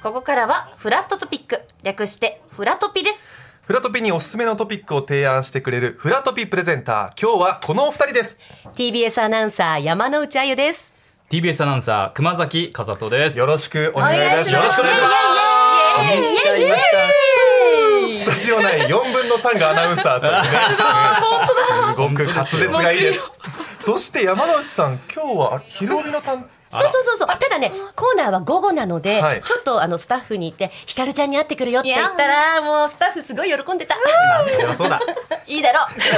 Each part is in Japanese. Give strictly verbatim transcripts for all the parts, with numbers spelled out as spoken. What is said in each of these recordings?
ここからはフラットトピック、略してフラトピです。 フラトピにおすすめのトピックを提案してくれるフラトピプレゼンター、今日はこのお二人です。 ティービーエス アナウンサー山之内あゆです。 ティービーエス アナウンサー熊崎和人です。 よろしくお願いいたします。 よろしくお願いします。 見ちゃいました。スタジオ内よんぶんのさんがアナウンサーというねすごく滑舌がいいです。そして山之内さん、今日は昼帯の担そうそうそうそう。ただね、コーナーは午後なので、 はい、 ちょっとあのスタッフに言ってひかるちゃんに会ってくるよって言ったら、もうスタッフすごい喜んでた。 そりゃそうだいいだろ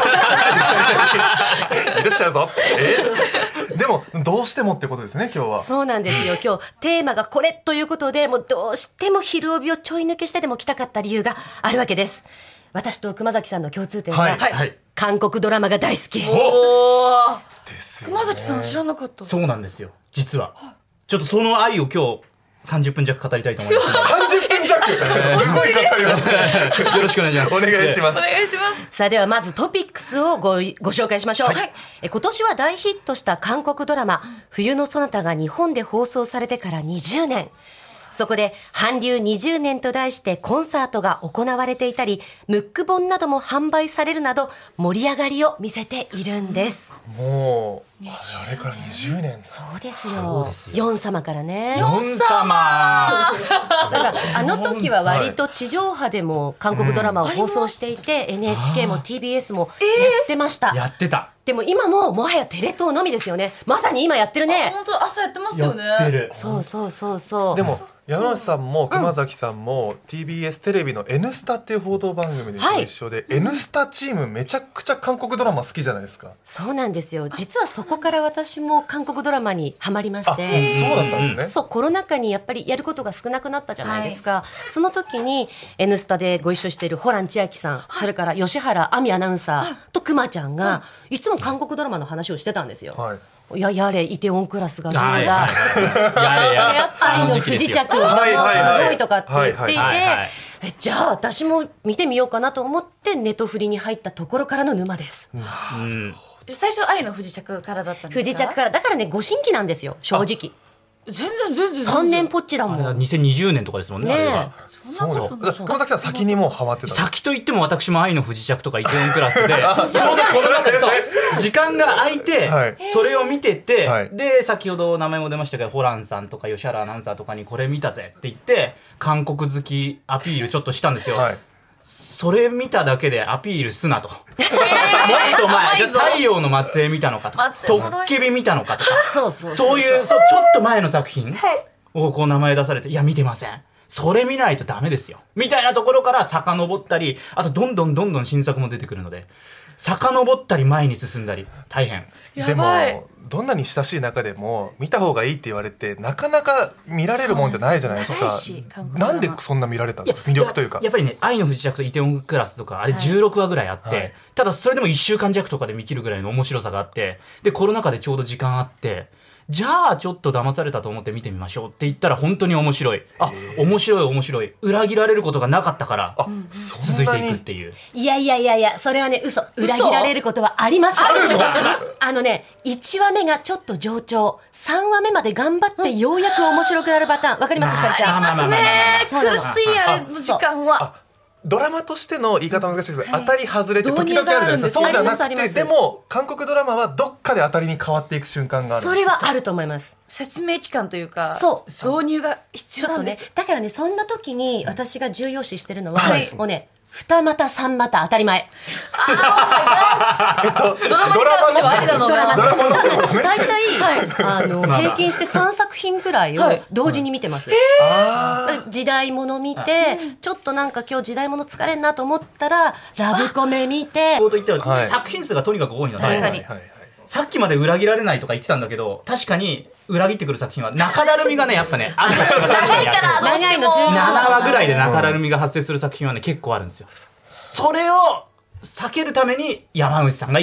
いらっしゃるぞ。えでもどうしてもってことですね、今日は。 そうなんですよ。今日テーマがこれということで、もうどうしても昼帯をちょい抜けしてでも来たかった理由があるわけです。私と熊崎さんの共通点は、 はいはい、 韓国ドラマが大好き。 おーですよね。 熊崎さん知らなかった。 そうなんですよ。実はちょっとその愛を今日さんじゅっぷん弱語りたいと思います。 さんじゅっぷん弱、すごい語りますね。 よろしくお願いします。 お願いします。 お願いします。 さあ、ではまずトピックスをごご紹介しましょう、はい、え今年は大ヒットした韓国ドラマ冬のソナタが日本で放送されてからにじゅうねん。そこで韓流にじゅうねんと題してコンサートが行われていたり、ムック本なども販売されるなど盛り上がりを見せているんです。 もうあれからにじゅうねん。 そうですよ。ヨン様からね。 ヨン様だからあの時は割と地上波でも韓国ドラマを放送していて、うん、エヌエイチケー も ティービーエス もやってました、 えー、やってた。 でも今ももはやテレ東のみですよね。まさに今やってるね。 本当朝やってますよね。 やってる。 そうそうそうそう。 でも山内さんも熊崎さんも ティービーエス テレビの N スタっていう報道番組でご一緒で、はい、N スタチームめちゃくちゃ韓国ドラマ好きじゃないですか。 そうなんですよ。実はそこから私も韓国ドラマにハマりまして。 そうだったんですね。 そう、コロナ禍にやっぱりやることが少なくなったじゃないですか、はい、その時に N スタでご一緒しているホラン千秋さん、はい、それから吉原亜美アナウンサーと熊ちゃんが、はい、いつも韓国ドラマの話をしてたんですよ、はい、ややれイテウォンクラスがどうだ、はいはい、やれやれ愛の不時着がすごいとかって言っていて、えじゃあ私も見てみようかなと思ってネトフリに入ったところからの沼です、 うん、 最初愛の不時着からだったんですか。 不時着からだからね、ご新規なんですよ正直。 全然全然さんねんぽっちだもん。 あれにせんにじゅうねんとかですもんね。 ねえ、 あれがそうそう。熊崎さん先にもうハマってた。 先と言っても私も愛の不時着とかイテウォンクラスでちょうどこの中でそう時間が空いて、はい、それを見てて、はい、で先ほど名前も出ましたけどホランさんとか吉原アナウンサーとかにこれ見たぜって言って韓国好きアピールちょっとしたんですよ、はい、それ見ただけでアピールすなと、えー、もっと前じゃあ太陽の末裔見たのかとかトッケビ見たのかとかそうそうそうそういうそうちょっと前の作品をこう名前出されて、いや見てません、それ見ないとダメですよみたいなところから遡ったり、あとどんどんどんどん新作も出てくるので遡ったり前に進んだり大変。 でもどんなに親しい中でも見た方がいいって言われてなかなか見られるもんじゃないじゃないですか。なんでそんな見られたんですか。魅力というかや, やっぱりね、愛の不時着とイテウォンクラスとかあれじゅうろくわぐらいあって、はい、ただそれでもいっしゅうかん弱とかで見切るぐらいの面白さがあって、でコロナ禍でちょうど時間あって、じゃあちょっと騙されたと思って見てみましょうって言ったら本当に面白い、あ面白い面白い、裏切られることがなかったから続いていくっていう。 いやいやいやいや、それはね嘘。裏切られることはあります。あるんですか。あのね、いちわめがちょっと上調、さんわめまで頑張ってようやく面白くなるパターン、わかりますひかりちゃん。 ありますね。苦しいあれの時間は。 ドラマとしての言い方難しいですけど、はい、当たり外れって時々あるじゃないですか。そうじゃなくて、でも韓国ドラマはどっかで当たりに変わっていく瞬間がある。 それはあると思います。 説明期間というか、 そう導入が必要なんです。 ちょっとね、だからね、そんな時に私が重要視してるのは、はい、もうね、二股三股当たり前。 あえっと、ドラマに関してはありなのか。 ドラマの大体、はい、あの平均してさんさく品くらいを同時に見てます、はい、時代物見て、ちょっとなんか今日時代物疲れんなと思ったらラブコメ見て、 と言ったら、はい、作品数がとにかく多いので、 確かに、はいはいはい、 さっきまで裏切られないとか言ってたんだけど、確かに裏切ってくる作品は中だるみがねやっぱねある作品が確かにあって、 長いのじゅうななわぐらいで中だるみが発生する作品はね結構あるんですよ。それを避けるために山内さんがいるという。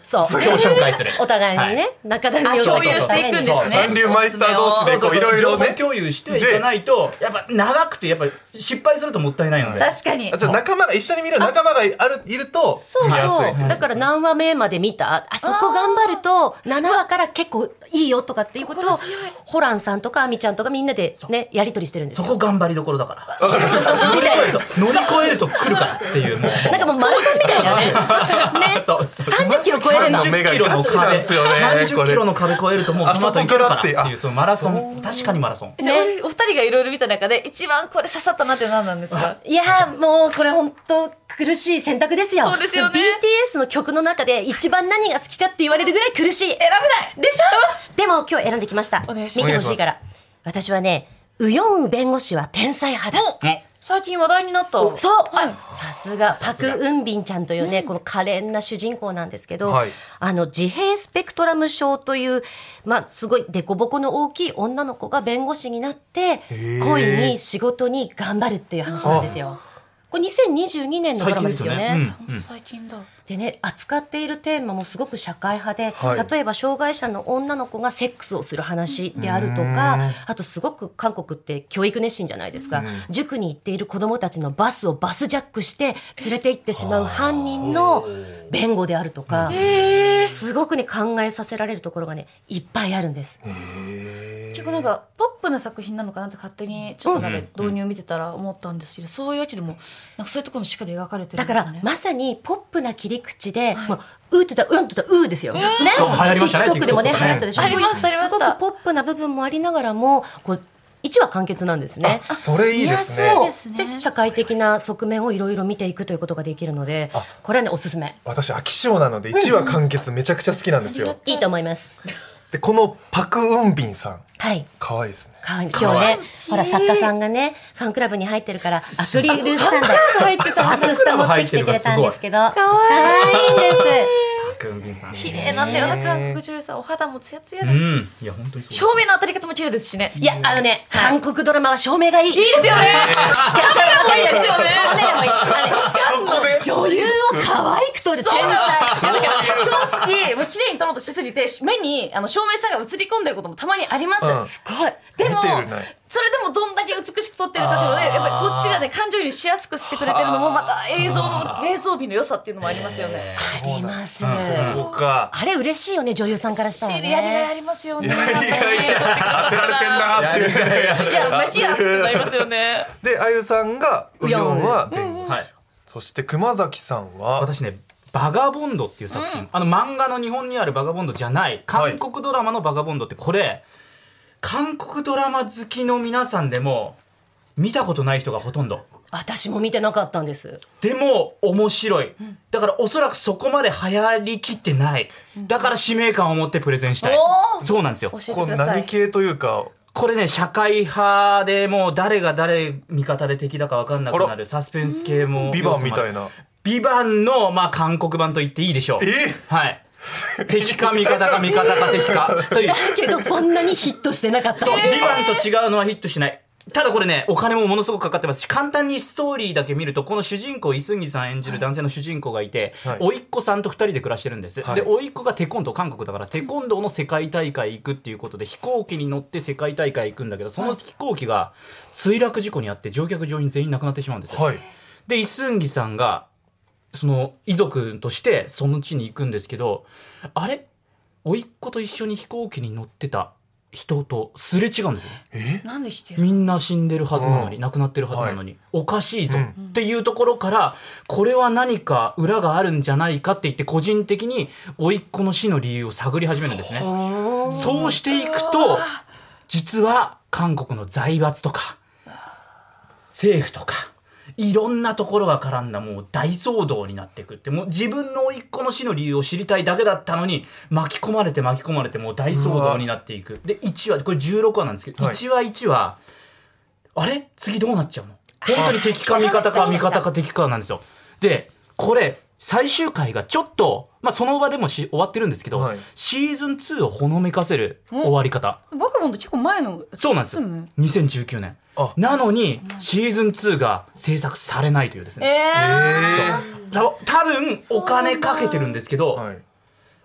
そう今日紹介するお互いにね、中田美共有していくんですね。 三流マイスター同士でこういろいろね情報共有していかないとやっぱ長くてやっぱ失敗するともったいないので。 確かに。 じゃあ仲間が一緒に見る仲間があるいるとそう見やすい。 そうだから何話目まで見たあそこ頑張るとななわから結構いいよとかっていうことをホランさんとかアミちゃんとかみんなでねやり取りしてるんですよ。 そこ頑張りどころだから乗り越えると乗り越えると来るからっていうもうなんかもうマラソンみたいなねねそうそうさんじゅっキロ超えればさんじゅっキロのガチなん壁ですよねさんじゅっキロの壁超えるともうその後いけるからってあいうそのマラソン確かにマラソンじゃあお二人がいろいろ見た中で一番これ刺さったなって何なんですか？ いやーもうこれ本当苦しい選択ですよ。 そうですよねビーティーエス の曲の中で一番何が好きかって言われるぐらい苦しい。選べないでしょでも今日選んできました。 お願いします見てほしいから。私はねウヨンウ弁護士は天才派だ。 最近話題になった。 そう、 はいさすがパク・ウンビンちゃんというね、この可憐な主人公なんですけど、 はいあの自閉スペクトラム症という、まあ、すごい凸凹の大きい女の子が弁護士になってー恋に仕事に頑張るっていう話なんですよ。これにせんにじゅうにねんのドラマですよね。 最近ですよね本当最近だ。 でね、扱っているテーマもすごく社会派で、 はい例えば障害者の女の子がセックスをする話であるとか、あとすごく韓国って教育熱心じゃないですか、塾に行っている子どもたちのバスをバスジャックして連れて行ってしまう犯人の弁護であるとか、すごくね考えさせられるところがねいっぱいあるんです。 結構なんかポップな作品なのかなって勝手にちょっとなんか導入見てたら思ったんですけど、そういうわけでもなんかそういうところもしっかり描かれてるだかんですね。 らまさにポップな切り口で、もううーって言ったらうんって言ったらうーですよ、ね、 そう流行りましたね TikTok でもね TikTok とかね流行ったでしょ。 ありましたありましたすごくポップな部分もありながらもこういちわ完結なんですね。 それいいですね。 見やすいですねで社会的な側面をいろいろ見ていくということができるので、これはねおすすめ。 私飽き性なのでいちわ完結めちゃくちゃ好きなんですよ。 いいと思います。 でこのパク・ウンビンさんはい。 可愛いですね。 かわいい今日ねほら作家さんがねファンクラブに入ってるからアクリルスタンド入ってたアクスタ持ってきてくれたんですけどかわわいいんです。 クンビンさん綺麗なんだよな韓国女優さん、お肌もツヤツヤで、 うんいや本当にそう照明の当たり方も綺麗ですしね。 いやあのね、韓国ドラマは照明がいい。いいですよね。 カメラもいいですよね。カメラもいい。 そこで女優を可愛く撮る天才。 いやだから正直もう綺麗に撮ろうとしすぎて目にあの照明さんが映り込んでることもたまにあります。 うんすごい。でも見てるねそれでもどんだけ美しく撮ってるかっていうのでやっぱりこっちがね感情移入しやすくしてくれてるのもまた映像の映像美の良さっていうのもありますよね。 あります。 そうか。 あれ嬉しいよね女優さんからしたら知り合いがやね。 りますよね。 やりがい当てられてんなーっていう。 いやマキアってなりますよね。 であゆさんがウヨンは弁護士、 はいそして熊崎さんは私ねバガボンドっていう作品、あの漫画の日本にあるバガボンドじゃない韓国ドラマのバガボンドってこれ韓国ドラマ好きの皆さんでも見たことない人がほとんど私も見てなかったんです。 でも面白いだからおそらくそこまで流行りきってないだから使命感を持ってプレゼンしたいおーそうなんですよ教えてこうください。 何系というかこれね社会派でもう誰が誰味方で敵だか分かんなくなるサスペンス系もビバンみたいな。 ビバンの、まあ、韓国版と言っていいでしょう。 えはい。敵か味方か味方か敵かという。 だけどそんなにヒットしてなかった。 そう、ビバンと違うのはヒットしない。ただこれね、お金もものすごくかかってますし、簡単にストーリーだけ見ると、この主人公、イスンギさん演じる男性の主人公がいて、 はい甥っ子さんと二人で暮らしてるんです。 はいで、甥っ子がテコンドー、韓国だからテコンドーの世界大会行くっていうことで、飛行機に乗って世界大会行くんだけど、その飛行機が墜落事故にあって乗客乗員全員亡くなってしまうんですよ。 はい。 で、イスンギさんが、その遺族としてその地に行くんですけど、あれ甥っ子と一緒に飛行機に乗ってた人とすれ違うんですよ。 なんで弾ける？ みんな死んでるはずなのに、 うん亡くなってるはずなのに、 はおかしいぞうんっていうところから、これは何か裏があるんじゃないかって言って個人的に甥っ子の死の理由を探り始めるんですね。そうしていくと実は韓国の財閥とか政府とかいろんなところが絡んだもう大騒動になっていくって、もう自分の甥っ子の死の理由を知りたいだけだったのに巻き込まれて巻き込まれてもう大騒動になっていく。でいちわこれじゅうろくわなんですけど、 はいいちわいちわあれ次どうなっちゃうの、本当に敵か味方か味方か敵かなんですよ。でこれ最終回がちょっと、まあ、その場でもし終わってるんですけど、 はいシーズンツーをほのめかせる終わり方、 バカボンド結構前の。 そうなんですよ、 そうねにせんじゅうきゅうねんあなのにシーズンツーが制作されないというですね、 ええた多分お金かけてるんですけど、 ーはい。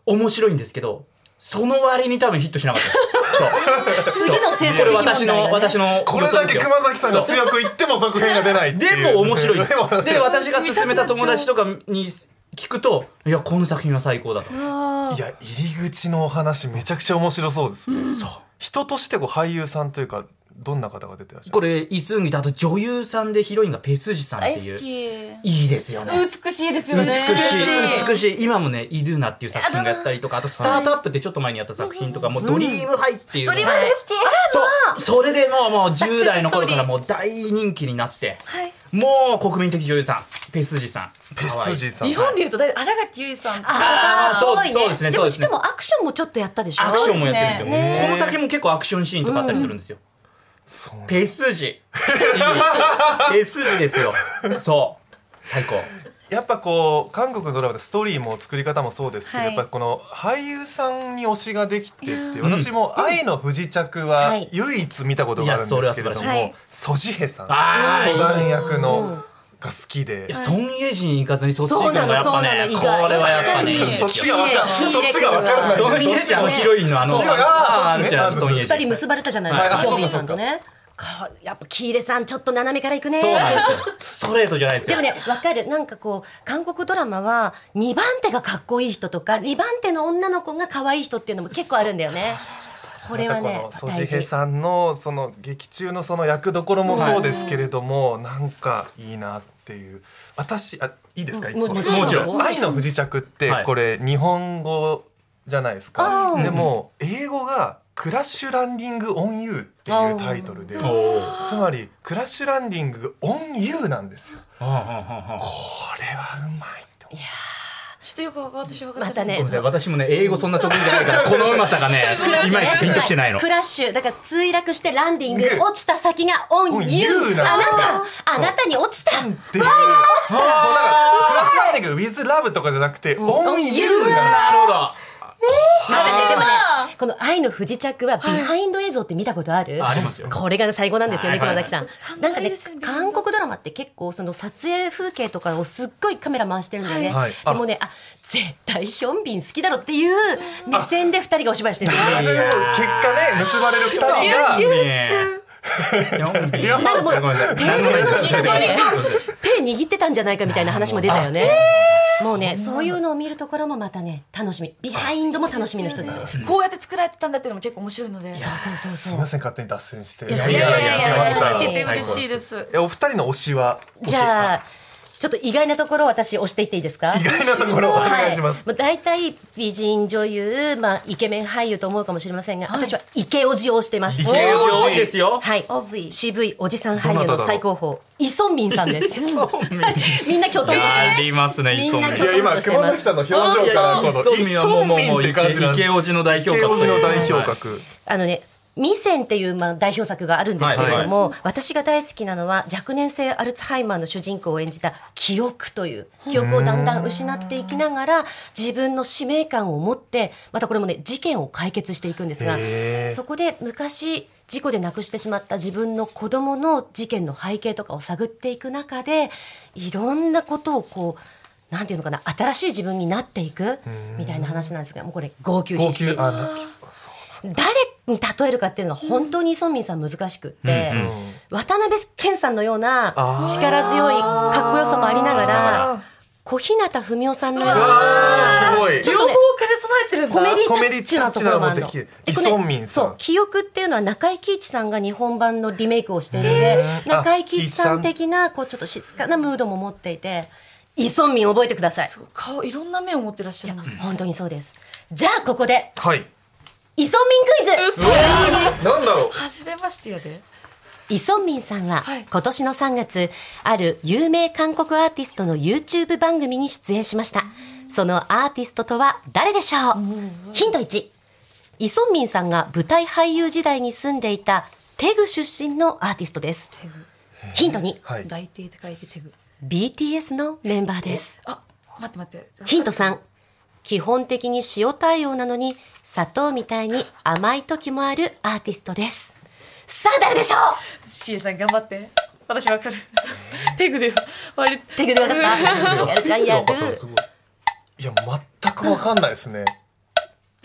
面白いんですけど、その割に多分ヒットしなかった次の制作これ費問題がね私の私のこれだけ熊崎さんが強く言っても続編が出ないっていう。 でも面白いですでもで私が勧めた友達とかに聞くと、いやこの作品は最高だと。 いや入り口のお話めちゃくちゃ面白そうです、うん、そう人としてこう俳優さんというかどんな方が出てらっしゃる？ これイ・スンギとあと女優さんでヒロインがペスジさんっていういいですよね。 美しいですよね。 美しい美しい。今もねイドゥーナっていう作品がやったりとか、あとスタートアップってちょっと前にやった作品とかもドリームハイっていうのが、 ドリームハイ好そうそれでもうもうじゅう代の頃からもう大人気になって、 はい、 もう国民的女優さんペスジさん。 ペスジさん。 日本でいうとだい新垣結衣さん。 ああそうそうですね。 でもしかもアクションもちょっとやったでしょ。 アクションもやってるんですよ。ね、この作品も結構アクションシーンとかあったりするんですよ。うん、ペスジペスジですよ。そう最高。 やっぱこう韓国のドラマでストーリーも作り方もそうですけど、はい、やっぱこの俳優さんに推しができてって私も「愛の不時着」は唯一見たことがあるんですけれども、ソジヘさんソダン役のが好きで、 ソン・イェジン行かずにそっち行くのがやっぱね、これはやっぱねそっちが分かるそっちが分からない。 ソン・イェジンのヒロインのあの二人結ばれたじゃないですか、ヒョンビンさんとね。やっぱ喜入さんちょっと斜めからいくね。 そうなんですよ。ストレートじゃないですよ。 でもね分かる。なんかこう韓国ドラマはにばん手がかっこいい人とかにばん手の女の子が可愛い人っていうのも結構あるんだよね。これはねソジヘさんのその劇中のその役どころもそうですけれども、うん、なんかいいなっていう。私あいいですか、うん、 もちろん。 愛の不時着ってこれ日本語じゃないですか、はい、でも英語がクラッシュランディングオンユーっていうタイトルで、つまりクラッシュランディングオンユーなんですよ。これはうまいって。いやちょっとよく私分かってまたね、 私もね英語そんな得意じゃないからこのうまさがねいまいちピンときてないの。 クラッシュだから墜落してランディング落ちた先がオンユー。あなたあなたに落ちた。 っていう。落ちた。クラッシュランディング with love とかじゃなくてオンユー。 なるほど。 まだねでもねこの愛の不時着はビハインド映像って見たことある？ ありますよ。 これが最後なんですよね熊崎さん。なんかね韓国ドラマって結構その撮影風景とかをすっごいカメラ回してるんだよね。でもねあ絶対ヒョンビン好きだろっていう目線でふたりがお芝居してるんだよね。 結果ね結ばれるふたりが。 なんかもうテーブルの下で手握ってたんじゃないかみたいな話も出たよね。もうねそういうのを見るところもまたね楽しみ。ビハインドも楽しみの一つです。 こうやって作られてたんだっていうのも結構面白いので。 そうそうそうそう。 すみません勝手に脱線して。 いやいやいやいや嬉しいです。 お二人の推しは？ じゃあちょっと意外なところを私押していっていいですか？ 意外なところお願いします。 はい、大体美人女優、まあ、イケメン俳優と思うかもしれませんが、はい、私はイケオジをしてます。 イケオジですよ。 はい、渋いおじさん俳優の最高峰イ・ソンミンさんです。みんなきょとんとしてます。 ありますねイ・ソンミン。 いや今熊崎さんの表情からこのイ・ソンミンって感じなんです。 イケオジの代表格。 イケオジの代表格。 あのねミセンっていうまあ代表作があるんですけれども、はいはい、私が大好きなのは若年性アルツハイマーの主人公を演じた記憶という記憶をだんだん失っていきながら自分の使命感を持ってまたこれもね事件を解決していくんですが、そこで昔事故で亡くしてしまった自分の子供の事件の背景とかを探っていく中でいろんなことをこうなんていうのかな新しい自分になっていくみたいな話なんですが、もうこれ号泣必至。誰に例えるかっていうのが本当にイ・ソンミンさん難しくって、うんうん、渡辺謙さんのような力強いかっこよさもありながら小日向文世さんのようなすごいちょっとね兼ね備えてるんだ。 コメディタッチなところもあるの。 イ・ソンミンさん。 そう記憶っていうのは中井貴一さんが日本版のリメイクをしているので中井貴一さん的なこうちょっと静かなムードも持っていてイ・ソンミン覚えてください。 顔いろんな面を持ってらっしゃるんです、ね、 本当にそうです。じゃあここで、 はいイ・ソンミンクイズ。 なんだろう。 初めましてやで。 イ・ソンミンさんは今年のさんがつ、ある有名韓国アーティストの YouTube 番組に出演しました。そのアーティストとは誰でしょう？ヒントいち、イ・ソンミンさんが舞台俳優時代に住んでいたテグ出身のアーティストです。ヒントに、 はい、大帝って書いてテグビーティーエス のメンバーです。 あ、待って待って。 ヒントさん、基本的に塩対応なのに砂糖みたいに甘い時もあるアーティストです。さあ誰でしょう？ シエさん頑張って。私わかる。テグで割テグでわかった。やるじゃんやる。 いや全くわかんないですね。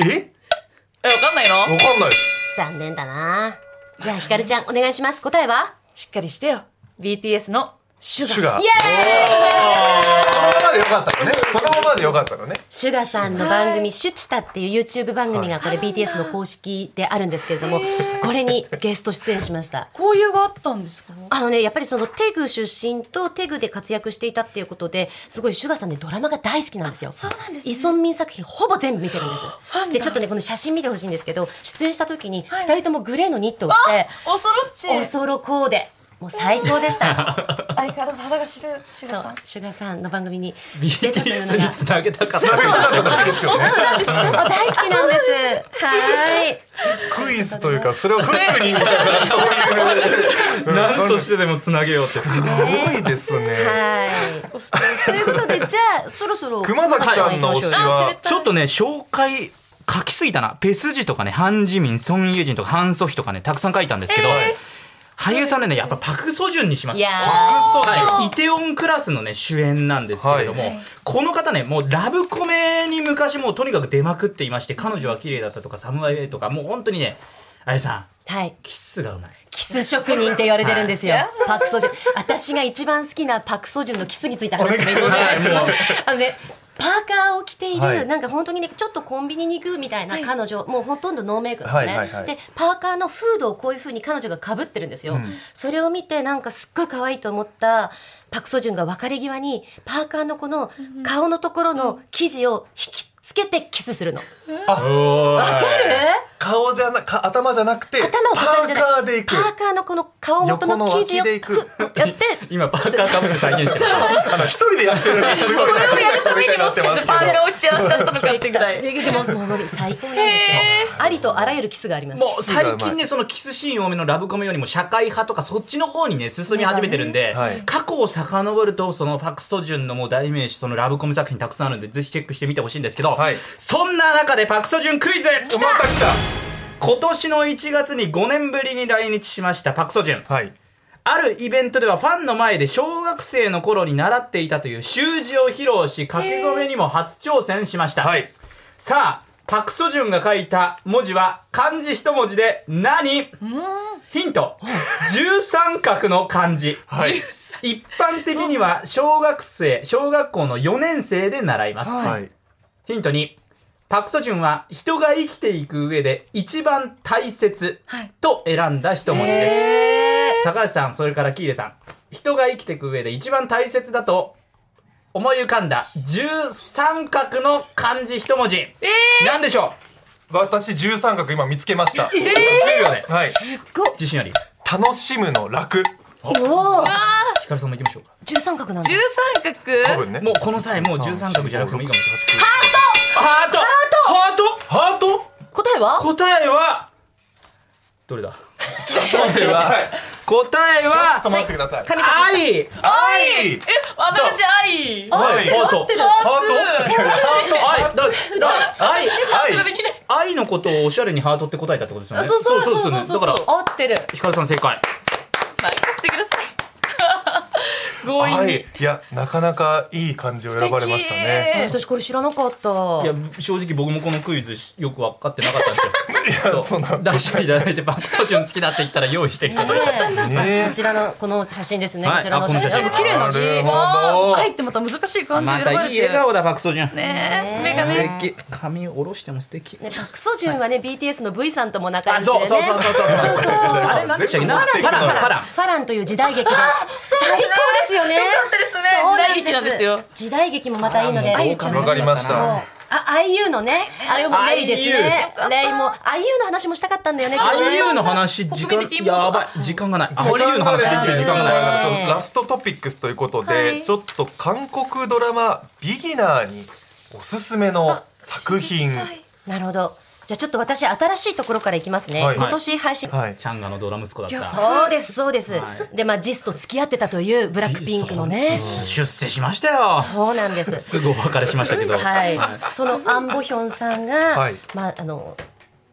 ええ、わかんないの？ わかんないです。 残念だな。じゃあひかるちゃんお願いします。答えはしっかりしてよ。ビーティーエス のシュガー。 シュガー。 イエーイ。 そのままでよかったのね。そのままでよかったのね。 シュガさんの番組「シュチタ」っていう YouTube 番組がこれ ビーティーエス の公式であるんですけれども、これにゲスト出演しました。 交友があったんですか？ あのね、やっぱりそのテグ出身とテグで活躍していたっていうことですごいシュガさんねドラマが大好きなんですよ。 そうなんですね。 イ・ソンミン作品ほぼ全部見てるんですファンだでちょっとねこの写真見てほしいんですけど、出演した時にふたりともグレーのニットを着て、 おそろっち。 おそろコーデもう最高でした相変わらず肌が白いシュガーさん。 シュガさんの番組にビ出ーティーエスたというのがにつなげたかった。 だけですよね。 大好きなんですはいクイズというかそれをフックにみたいなそういう何としてでもつなげようって。 すごいですね。 はいということでじゃあそろそろ熊崎さんの推しはちょっとね紹介書きすぎたな。ペスジとかね、ハンジミン、ソン・イェジンとかハン・ソヒとかねたくさん書いたんですけど、俳優さんでねやっぱパク・ソジュンにします。 いやーパクソジュン、 はい、イテウォンクラスのね主演なんですけれども、 はい、 この方ねもうラブコメに昔もうとにかく出まくっていまして、彼女は綺麗だったとかサムワイウェイとかもう本当にね、あやさんはいキスがうまい。 キス職人って言われてるんですよ、パクソジュン。私が一番好きなパクソジュンのキスについて話してもいいですか？ お願いしますあのねパーカーを着ている、 はい、 なんか本当にねちょっとコンビニに行くみたいな彼女、はい、もうほとんどノーメイクなのね、 はいはいはい、 でパーカーのフードをこういう風に彼女が被ってるんですよ、うん、それを見てなんかすっごい可愛いと思ったパクソジュンが別れ際にパーカーのこの顔のところの生地を引きつけてキスするの。 あ、 わかる？ 顔じゃなか頭じゃなくて頭をパーカーでいく。 パーカーのこの顔元の生地をやって今パーカーかぶって再現してる。 あの一人でやってるのすごい。 これをやるためにもしかしてパーカーを着てらっしゃったのかってぐらい。 でももう最高なんですよ。ありとあらゆるキスがあります。 もう最近ねそのキスシーン多めのラブコメよりも社会派とかそっちの方にね進み始めてるんで、 はい、 過去を遡るとそのパク・ソジュンのもう代名詞そのラブコメ作品たくさんあるんでぜひチェックしてみてほしいんですけど、はい、そんな中でパク・ソジュンクイズ来たまた来た。 今年のいちがつにごねんぶりに来日しましたパク・ソジュン、 はい、 あるイベントではファンの前で小学生の頃に習っていたという習字を披露し書き初めにも初挑戦しました、はい、さあパク・ソジュンが書いた文字は漢字一文字で何？ヒント十三画の漢字、はい、一般的には小学生小学校のよねん生で習います、はい、ヒントにパク・ソジュンは人が生きていく上で一番大切と選んだ一文字です、高橋さんそれから喜入さん、人が生きていく上で一番大切だと思い浮かんだ十三画の漢字一文字、えー、何でしょう？私十三画今見つけました、 えー、じゅうびょうで、はい、自信あり。 楽しむの楽。 おお、 ひかるさんも行きましょうか。 十三画なんだ。 十三画多分ね、 もうこの際もう十三画じゃなくてもいいかもしれない。 ハートハートハートハート答えは答えはどれだ？ ちょっと待ってください。 答えはちょっと待ってください。 愛愛え、私愛愛ハートハート愛愛愛のことをおしゃれにハートって答えたってことですよね。 そうそうそうそうそう。 だから合ってる。 ひかるさん正解。 任せてください。強引に。 いやなかなかいい感じを選ばれましたね。 私これ知らなかった。 いや正直僕もこのクイズよく分かってなかったんですよ。いやそんな出していただいてパク・ソジュン好きだって言ったら用意してきてくれた。 ね、こちらのこの写真ですね。 はい、 こちらの写真。 綺麗な字。愛ってまた難しい感じで選ばれて。 またいい笑顔だパク・ソジュン。 ねえ、目がね。 素敵。髪を下ろしても素敵。 ね、パク・ソジュンはね ビーティーエス の V さんとも仲良しでね。 そうそうそうそうそう。あれ何でしたっけ？ファランファランファランという時代劇で最高ですよね。 時代劇なんですよ。 時代劇もまたいいので。 わかりました。 あ、アイユー のね、あれもレイですね。レイも アイユー の話もしたかったんだよね。 アイユー の話時間やばい時間がない。アイユー の話できる時間がない。 ラストトピックスということで、ちょっと韓国ドラマビギナーにおすすめの作品。 なるほど。じゃあちょっと私新しいところからいきますね、はい、今年配信、 はい、チャンガのドラ息子だった。 そうですそうです、はい、でまあジスと付き合ってたというブラックピンクのね出世しましたよ。 そうなんですすぐお別れしましたけど、 はい、はい、そのアン・ボヒョンさんが、はい、まああの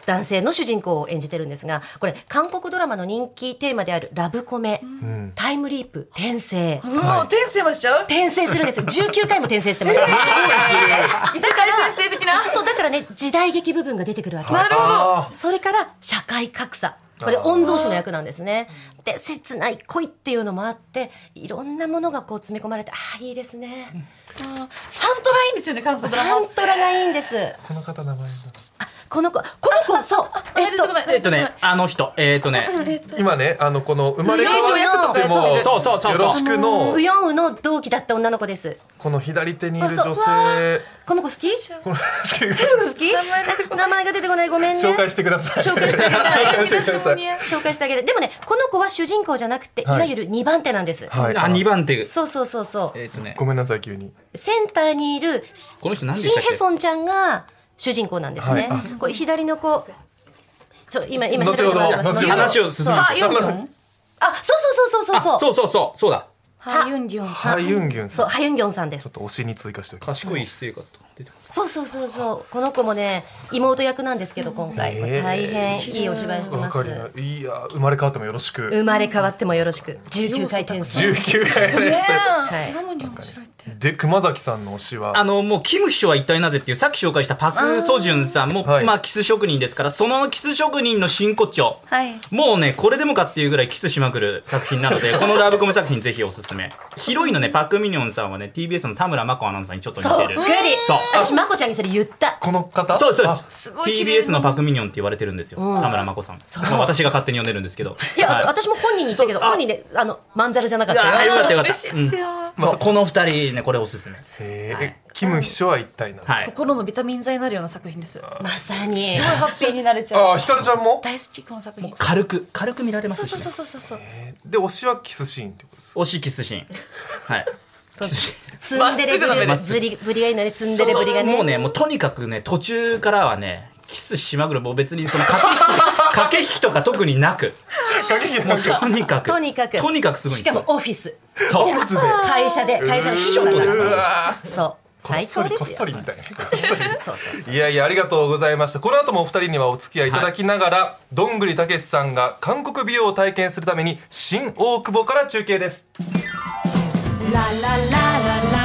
男性の主人公を演じてるんですが、これ韓国ドラマの人気テーマであるラブコメ、うん、タイムリープ転生、 うん、はい、転生までしちゃう？ 転生するんですよ。じゅうきゅうかいも転生してます。 異世界転生的な。 そうだからね、時代劇部分が出てくるわけです。 なるほど。 それから社会格差、これ御曹司の役なんですね。で切ない恋っていうのもあって、いろんなものがこう詰め込まれて、ああいいですね、うん、 あサントラいいんですよね、韓国ドラマ。 サントラがいいんです。 この方名前がこの子、この子、そう、 えっと、えっとね、あの人、えっとね、 今ね、あのこの生まれ変わってもそうそうそう、 よろしくのウヨンウの同期だった女の子です。 この左手にいる女性、 この子好き？ この子好き？名前が出てこない、ごめんね。 紹介してください。 紹介してあげて。 紹介してあげて。でもね、この子は主人公じゃなくて、いわゆるにばん手なんです。 あ、にばん手。 そうそうそうそう。 えっとね、 ごめんなさい急に。 センターにいるこの人何でシンしたっけ？ ヘソンちゃんが主人公なんですね。はい、これ左の子、ちょ今今調べてもらってます。 話を進めて。 あ、ユンギョン。あ、そうそうそうそうそうそうそうそうそうだ。 ハユンギョンさん。 ハユンギョンさん。 そう、ハユンギョンさんです。 ちょっと推しに追加しておきます。 賢い私生活とか出てます。 そうそうそうそう。この子もね、妹役なんですけど今回、えー、大変いいお芝居してます。 いや、生まれ変わってもよろしく。 生まれ変わってもよろしく。じゅうきゅうかい転生。 じゅうきゅうかい転生。 はい。 なのに面白いって。 で、熊崎さんの推しはあのもうキム秘書は一体なぜっていうさっき紹介したパク・ソジュンさんもはい、 まあキス職人ですから、そのキス職人の真骨頂、 はい、 もうねこれでもかっていうぐらいキスしまくる作品なのでこのラブコメ作品ぜひおすすめ。ヒロインのねパク・ミニョンさんはね ティービーエス の田村真子アナウンサーにちょっと似てる。 そっくり。 そう私真子ちゃんにそれ言った。 この方？ そうですそうです。 すごいティービーエス のパク・ミニョンって言われてるんですよ、 うん、 田村真子さん。まあ、私が勝手に呼んでるんですけど。 いや、 はい、 私も本人に言ったけど本人ね、あのまんざらじゃなかったよ。 あ、よかったよかった。 嬉しいですよ、 うん、そう、この二人ねこれおすすめ。 えー、キム秘書は一体なの？ はい、 心のビタミン剤になるような作品です。 まさにすごいハッピーになれちゃう。 あ、ひかるちゃんも大好きこの作品。 軽く軽く見られますし、ね、 そうそうそうそうそう、 えー、で推しはキスシーンってことですか？ 推しキスシーン。はい。 ツンデレぶりがずりぶりがいいのね、ツンデレぶりがね。 もうね、もうとにかくね、途中からはね、キスしまぐる、もう別にその駆け引き駆け引きとか特になく、 駆け引きなんかとにかくとにかくとにかくすごいんですよ。 しかもオフィス。 そう。 オフィスで会社で会社の秘書だから。 うわそう。最高ですよ。 こっそりみたいな。 そうそうそう。 いやいや、ありがとうございました。この後もお二人にはお付き合いいただきながら、はい、どんぐりたけしさんが韓国美容を体験するために新大久保から中継です。 ラララララ